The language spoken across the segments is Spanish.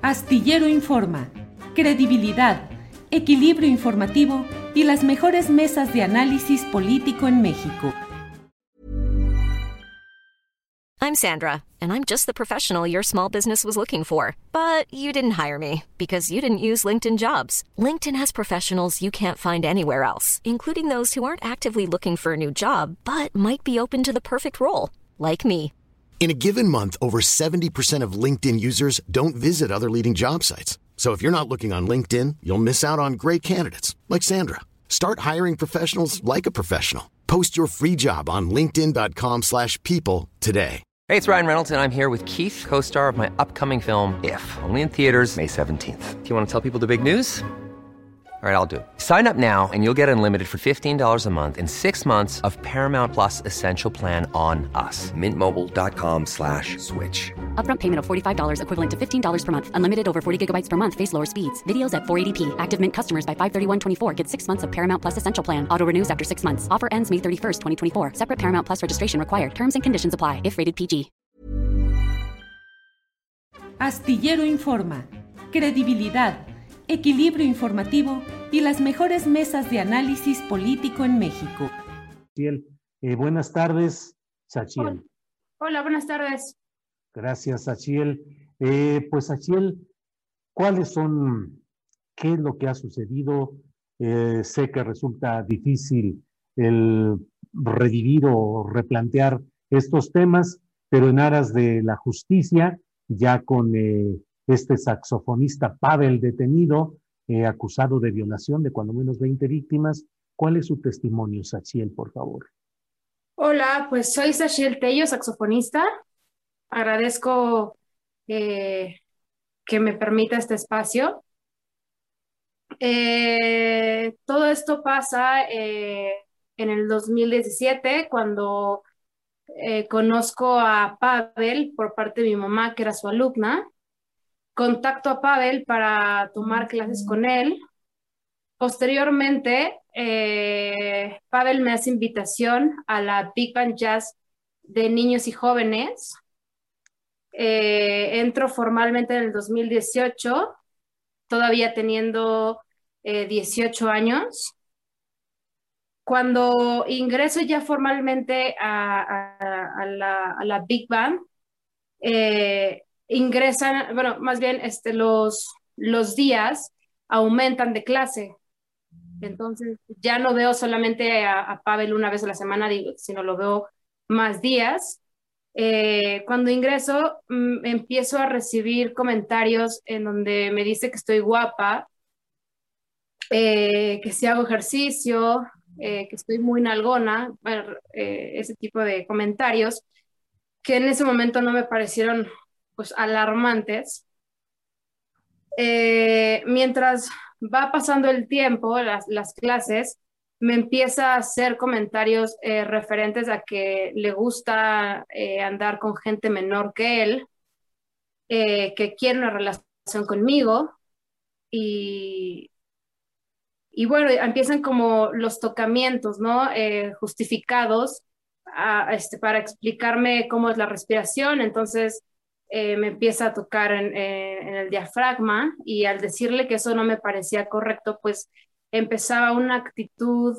Astillero Informa, credibilidad, equilibrio informativo y las mejores mesas de análisis político en México. I'm Sandra, and I'm just the professional your small business was looking for. But you didn't hire me because you didn't use LinkedIn Jobs. LinkedIn has professionals you can't find anywhere else, including those who aren't actively looking for a new job, but might be open to the perfect role, like me. In a given month, over 70% of LinkedIn users don't visit other leading job sites. So if you're not looking on LinkedIn, you'll miss out on great candidates like Sandra. Start hiring professionals like a professional. Post your free job on linkedin.com/people today. Hey, it's Ryan Reynolds, and I'm here with Keith, co-star of my upcoming film, If, only in theaters May 17th. Do you want to tell people the big news? All right, I'll do it. Sign up now and you'll get unlimited for $15 a month and 6 months of Paramount Plus Essential Plan on us. MintMobile.com/switch. Upfront payment of $45 equivalent to $15 per month. Unlimited over 40 gigabytes per month. Face lower speeds. Videos at 480p. Active Mint customers by 531.24 get 6 months of Paramount Plus Essential Plan. Auto renews after 6 months. Offer ends May 31st, 2024. Separate Paramount Plus registration required. Terms and conditions apply if rated PG. Astillero Informa, credibilidad, equilibrio informativo y las mejores mesas de análisis político en México. Buenas tardes, Sachiel. Hola, buenas tardes. Gracias, Sachiel. Pues, Sachiel, ¿qué es lo que ha sucedido? Sé que resulta difícil el revivir o replantear estos temas, pero en aras de la justicia, ya con este saxofonista Pavel detenido, acusado de violación de cuando menos 20 víctimas. ¿Cuál es su testimonio, Sachiel, por favor? Hola, pues soy Sachiel Tello, saxofonista. Agradezco que me permita este espacio. Todo esto pasa en el 2017, cuando conozco a Pavel por parte de mi mamá, que era su alumna. Contacto a Pavel para tomar clases con él. Posteriormente, Pavel me hace invitación a la Big Band Jazz de niños y jóvenes. Entro formalmente en el 2018, todavía teniendo 18 años. Cuando ingreso ya formalmente a la Big Band, ingresan, bueno, más bien los días aumentan de clase. Entonces ya no veo solamente a Pavel una vez a la semana, sino lo veo más días. Cuando ingreso, empiezo a recibir comentarios en donde me dice que estoy guapa, que si hago ejercicio, que estoy muy nalgona, bueno, ese tipo de comentarios que en ese momento no me parecieron pues alarmantes. Mientras va pasando el tiempo, las clases, me empieza a hacer comentarios referentes a que le gusta andar con gente menor que él, que quiere una relación conmigo, y bueno, empiezan como los tocamientos, ¿no? Justificados para explicarme cómo es la respiración. Entonces me empieza a tocar en el diafragma, y al decirle que eso no me parecía correcto, pues empezaba una actitud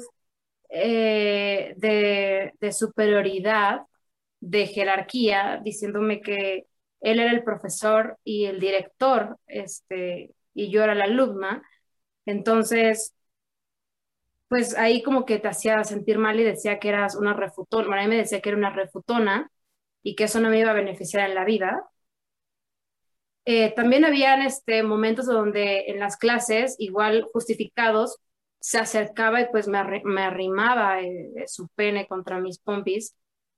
de superioridad, de jerarquía, diciéndome que él era el profesor y el director, y yo era la alumna. Entonces, pues ahí como que te hacía sentir mal y decía que eras una refutona. Bueno, a mí me decía que era una refutona y que eso no me iba a beneficiar en la vida. También habían momentos donde en las clases, igual justificados, se acercaba y pues me arrimaba su pene contra mis pompis,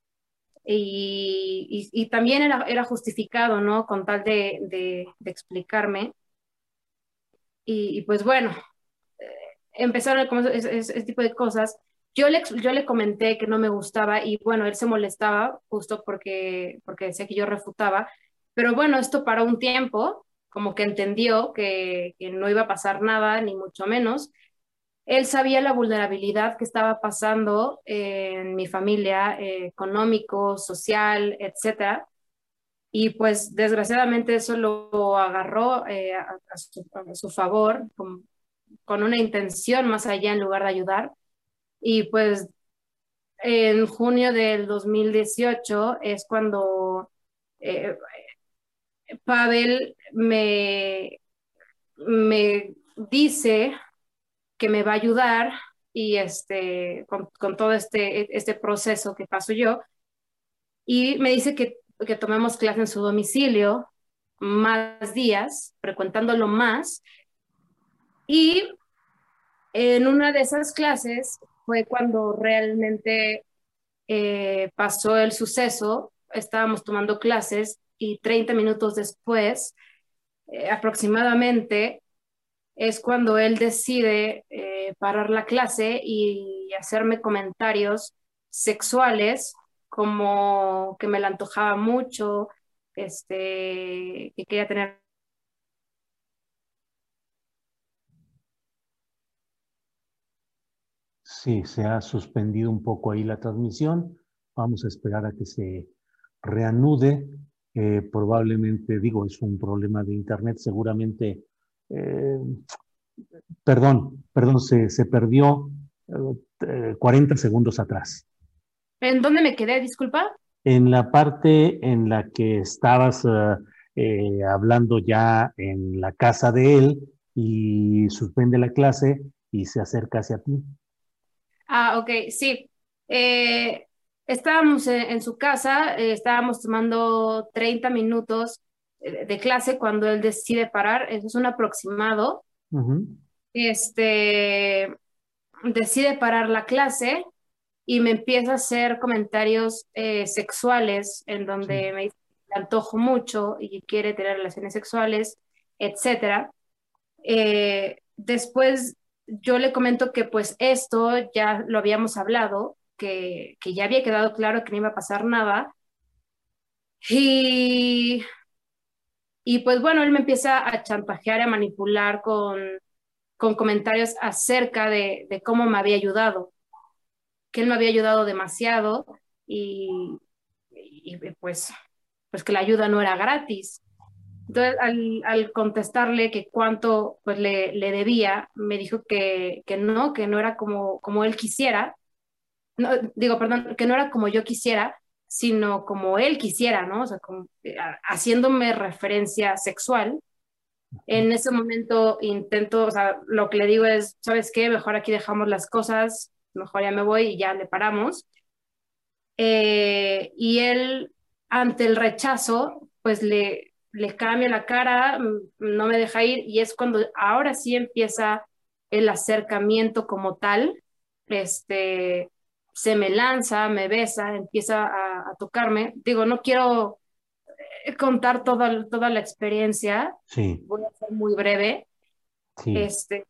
y también era justificado, ¿no? Con tal de explicarme. Y pues bueno, empezaron como ese tipo de cosas. Yo le comenté que no me gustaba, y bueno, él se molestaba justo porque decía que yo refutaba. Pero bueno, esto paró un tiempo, como que entendió que no iba a pasar nada, ni mucho menos. Él sabía la vulnerabilidad que estaba pasando en mi familia, económico, social, etcétera. Y pues desgraciadamente eso lo agarró a su favor, con una intención más allá en lugar de ayudar. Y pues en junio del 2018 es cuando eh, Pavel me dice que me va a ayudar y con todo este proceso que paso yo, y me dice que tomemos clase en su domicilio más días, frecuentándolo más, y en una de esas clases fue cuando realmente pasó el suceso. Estábamos tomando clases y 30 minutos después, aproximadamente, es cuando él decide parar la clase y hacerme comentarios sexuales, como que me la antojaba mucho, que quería tener. Sí, se ha suspendido un poco ahí la transmisión. Vamos a esperar a que se reanude. Probablemente, digo, es un problema de internet. Seguramente, eh, perdón, se perdió 40 segundos atrás. ¿En dónde me quedé? Disculpa. En la parte en la que estabas hablando ya en la casa de él y suspende la clase y se acerca hacia ti. Ah, ok, sí. Estábamos en su casa, estábamos tomando 30 minutos de clase cuando él decide parar. Eso es un aproximado. Ujú. Decide parar la clase y me empieza a hacer comentarios sexuales, en Sí. donde me dice que le antojo mucho y quiere tener relaciones sexuales, etcétera. Después yo le comento que pues esto ya lo habíamos hablado, que ya había quedado claro que no iba a pasar nada. Y, y pues bueno, él me empieza a chantajear, a manipular con comentarios acerca de cómo me había ayudado, que él me había ayudado demasiado, y, pues que la ayuda no era gratis. Entonces, al contestarle que cuánto pues le debía, me dijo que no era como él quisiera. No, digo, perdón, que no era como yo quisiera, sino como él quisiera, ¿no? O sea, haciéndome referencia sexual. En ese momento intento, o sea, lo que le digo es, ¿sabes qué? Mejor aquí dejamos las cosas, mejor ya me voy y ya le paramos. Y él, ante el rechazo, pues le cambia la cara, no me deja ir, y es cuando ahora sí empieza el acercamiento como tal. Este, Se me lanza, me besa, empieza a tocarme. Digo, no quiero contar toda la experiencia, Sí, voy a ser muy breve. sí. Este,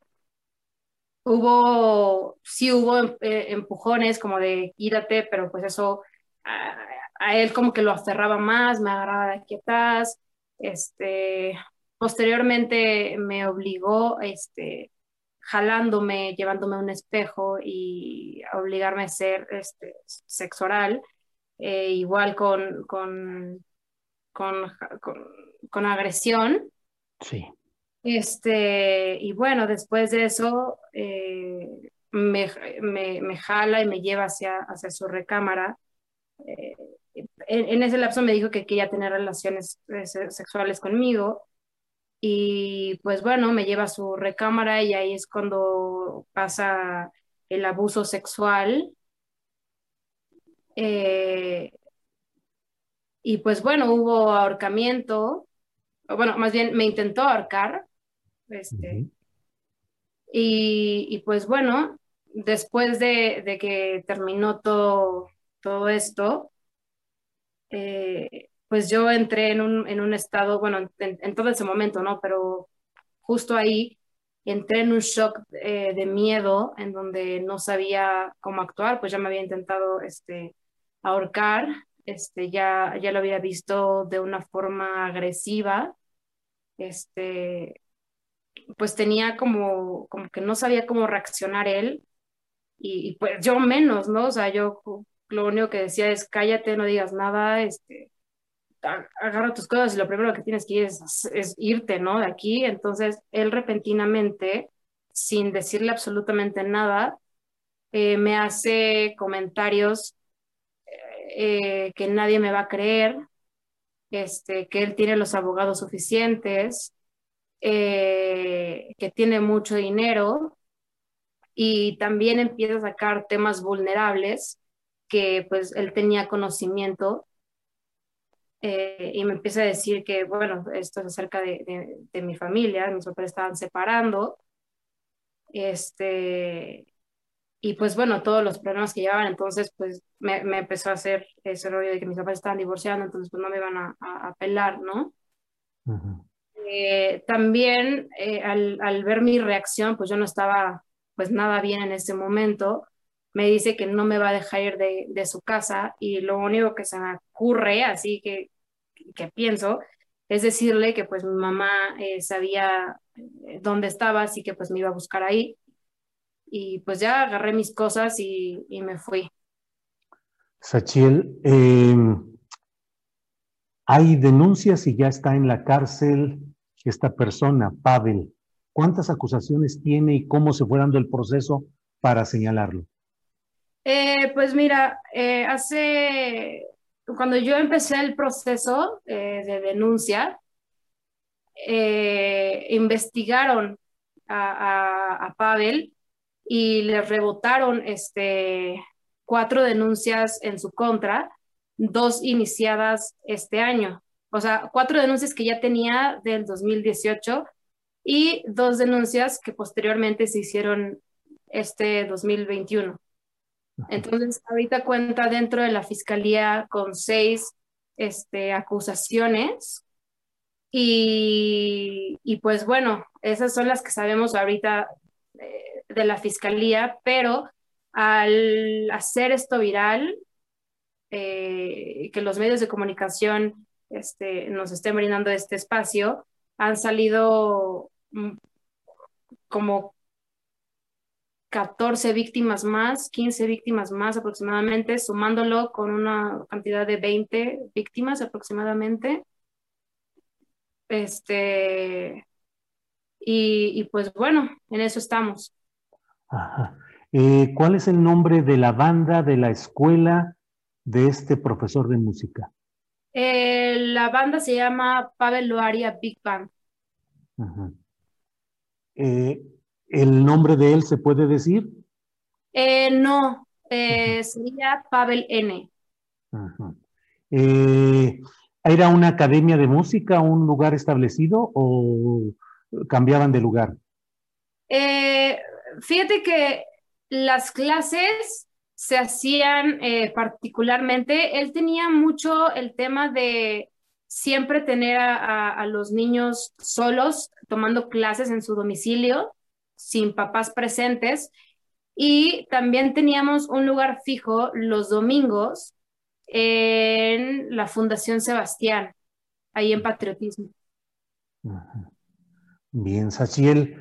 sí hubo empujones como de quítate, pero pues eso a, a él como que lo aferraba más, me agarraba de aquí atrás. Este, Posteriormente me obligó, jalándome, llevándome a un espejo y a obligarme a hacer sexo oral, igual con, con, con agresión. Sí. Y bueno, después de eso me, me jala y me lleva hacia su recámara. Eh, en ese lapso me dijo que quería tener relaciones sexuales conmigo, y pues bueno, me lleva a su recámara y ahí es cuando pasa el abuso sexual. Eh, y pues bueno, hubo ahorcamiento, o bueno, más bien me intentó ahorcar. este, Ujú. Y pues bueno, después de que terminó todo esto, pues yo entré en un estado, bueno, en todo ese momento, ¿no? Pero justo ahí entré en un shock de miedo, en donde no sabía cómo actuar. Pues ya me había intentado ahorcar, ya lo había visto de una forma agresiva. este, pues tenía como que no sabía cómo reaccionar él, y pues yo menos, ¿no? O sea, yo lo único que decía es cállate, no digas nada, agarra tus cosas y lo primero que tienes que ir es irte, ¿no? De aquí. Entonces, él repentinamente, sin decirle absolutamente nada, me hace comentarios que nadie me va a creer, que él tiene los abogados suficientes, que tiene mucho dinero y también empieza a sacar temas vulnerables que pues él tenía conocimiento y me empieza a decir que, bueno, esto es acerca de mi familia, mis papás estaban separando, y pues bueno, todos los problemas que llevaban, entonces pues me empezó a hacer ese rollo de que mis papás estaban divorciando, entonces pues no me iban a pelar, ¿no? Ujú. También al ver mi reacción, pues yo no estaba pues nada bien en ese momento, me dice que no me va a dejar ir de su casa y lo único que se me ocurre, así que pienso, es decirle que pues mi mamá sabía dónde estaba, así que pues me iba a buscar ahí y pues ya agarré mis cosas y me fui. Sachiel, hay denuncias y ya está en la cárcel esta persona, Pavel. ¿Cuántas acusaciones tiene y cómo se fue dando el proceso para señalarlo? Pues mira, cuando yo empecé el proceso de denuncia, investigaron a Pavel y le rebotaron 4 denuncias en su contra, 2 iniciadas este año. O sea, 4 denuncias que ya tenía del 2018 y 2 denuncias que posteriormente se hicieron este 2021. Entonces, ahorita cuenta dentro de la fiscalía con 6 acusaciones y pues bueno, esas son las que sabemos ahorita de la fiscalía, pero al hacer esto viral, que los medios de comunicación nos estén brindando este espacio, han salido como 14 víctimas más, 15 víctimas más aproximadamente, sumándolo con una cantidad de 20 víctimas aproximadamente. Y pues bueno, en eso estamos. Ajá. ¿Cuál es el nombre de la banda, de la escuela de este profesor de música? La banda se llama Pavel Loaria Big Band. Ajá. ¿El nombre de él se puede decir? No, Ajá. sería Pavel N. Ajá. ¿Era una academia de música, un lugar establecido o cambiaban de lugar? Eh, Fíjate que las clases se hacían particularmente, él tenía mucho el tema de siempre tener a los niños solos tomando clases en su domicilio, sin papás presentes, y también teníamos un lugar fijo los domingos en la Fundación Sebastián, ahí en Patriotismo. Ajá. Bien, Sachiel.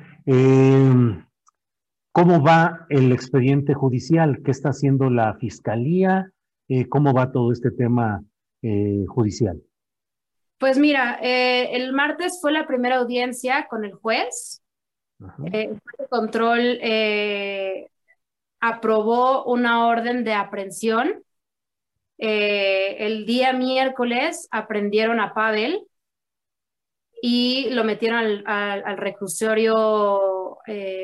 ¿Cómo va el expediente judicial? ¿Qué está haciendo la fiscalía? ¿Cómo va todo este tema judicial? Pues mira, el martes fue la primera audiencia con el juez. Ajá. El juez de control aprobó una orden de aprehensión. El día miércoles aprendieron a Pavel y lo metieron al reclusorio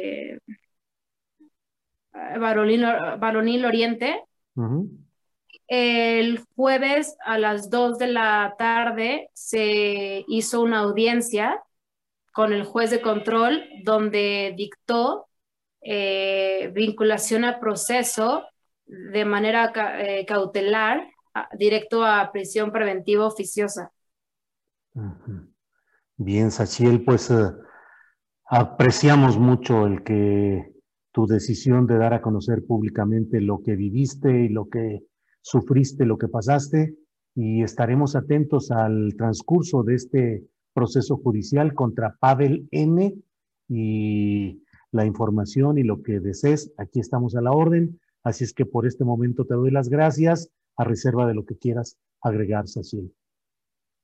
Varonil Oriente. Ajá. El jueves a las 2 de la tarde se hizo una audiencia con el juez de control donde dictó vinculación a proceso de manera cautelar directo a prisión preventiva oficiosa. Ajá. Bien, Sachiel, pues apreciamos mucho el que tu decisión de dar a conocer públicamente lo que viviste y lo que sufriste, lo que pasaste, y estaremos atentos al transcurso de este proceso judicial contra Pavel N. y la información y lo que desees, aquí estamos a la orden, así es que por este momento te doy las gracias a reserva de lo que quieras agregar, Sachiel.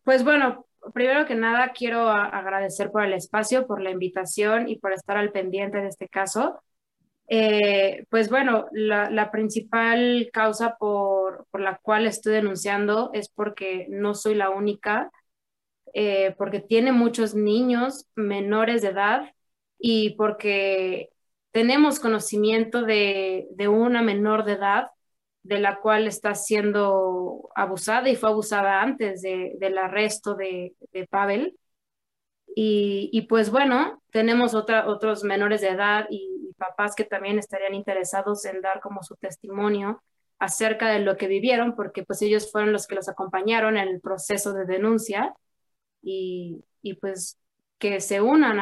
Pues bueno, primero que nada quiero agradecer por el espacio, por la invitación y por estar al pendiente de este caso. Pues bueno, la principal causa por la cual estoy denunciando es porque no soy la única, porque tiene muchos niños menores de edad y porque tenemos conocimiento de una menor de edad de la cual está siendo abusada y fue abusada antes del arresto de Pavel. Y pues bueno, tenemos otros menores de edad y papás que también estarían interesados en dar como su testimonio acerca de lo que vivieron, porque pues ellos fueron los que los acompañaron en el proceso de denuncia y pues que se unan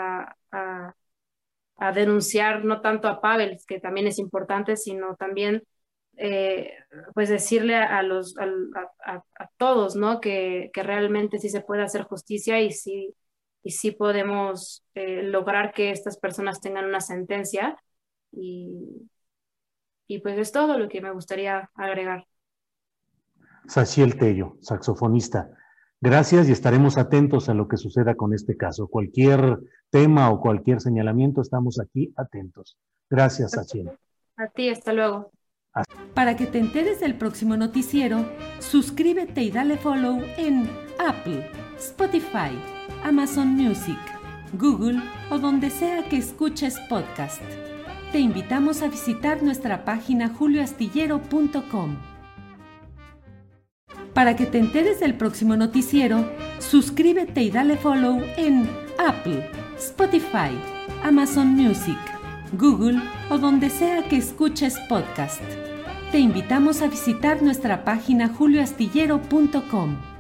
a denunciar no tanto a Pavel, que también es importante, sino también pues decirle a todos, ¿no? Que realmente sí se puede hacer justicia y sí podemos lograr que estas personas tengan una sentencia y pues es todo lo que me gustaría agregar. Sachiel Tello, saxofonista. Gracias y estaremos atentos a lo que suceda con este caso. Cualquier tema o cualquier señalamiento, estamos aquí atentos. Gracias, Sachiel. A ti, hasta luego. Para que te enteres del próximo noticiero, suscríbete y dale follow en Apple, Spotify, Amazon Music, Google o donde sea que escuches podcast. Te invitamos a visitar nuestra página julioastillero.com. Para que te enteres del próximo noticiero, suscríbete y dale follow en Apple, Spotify, Amazon Music, Google o donde sea que escuches podcast. Te invitamos a visitar nuestra página julioastillero.com.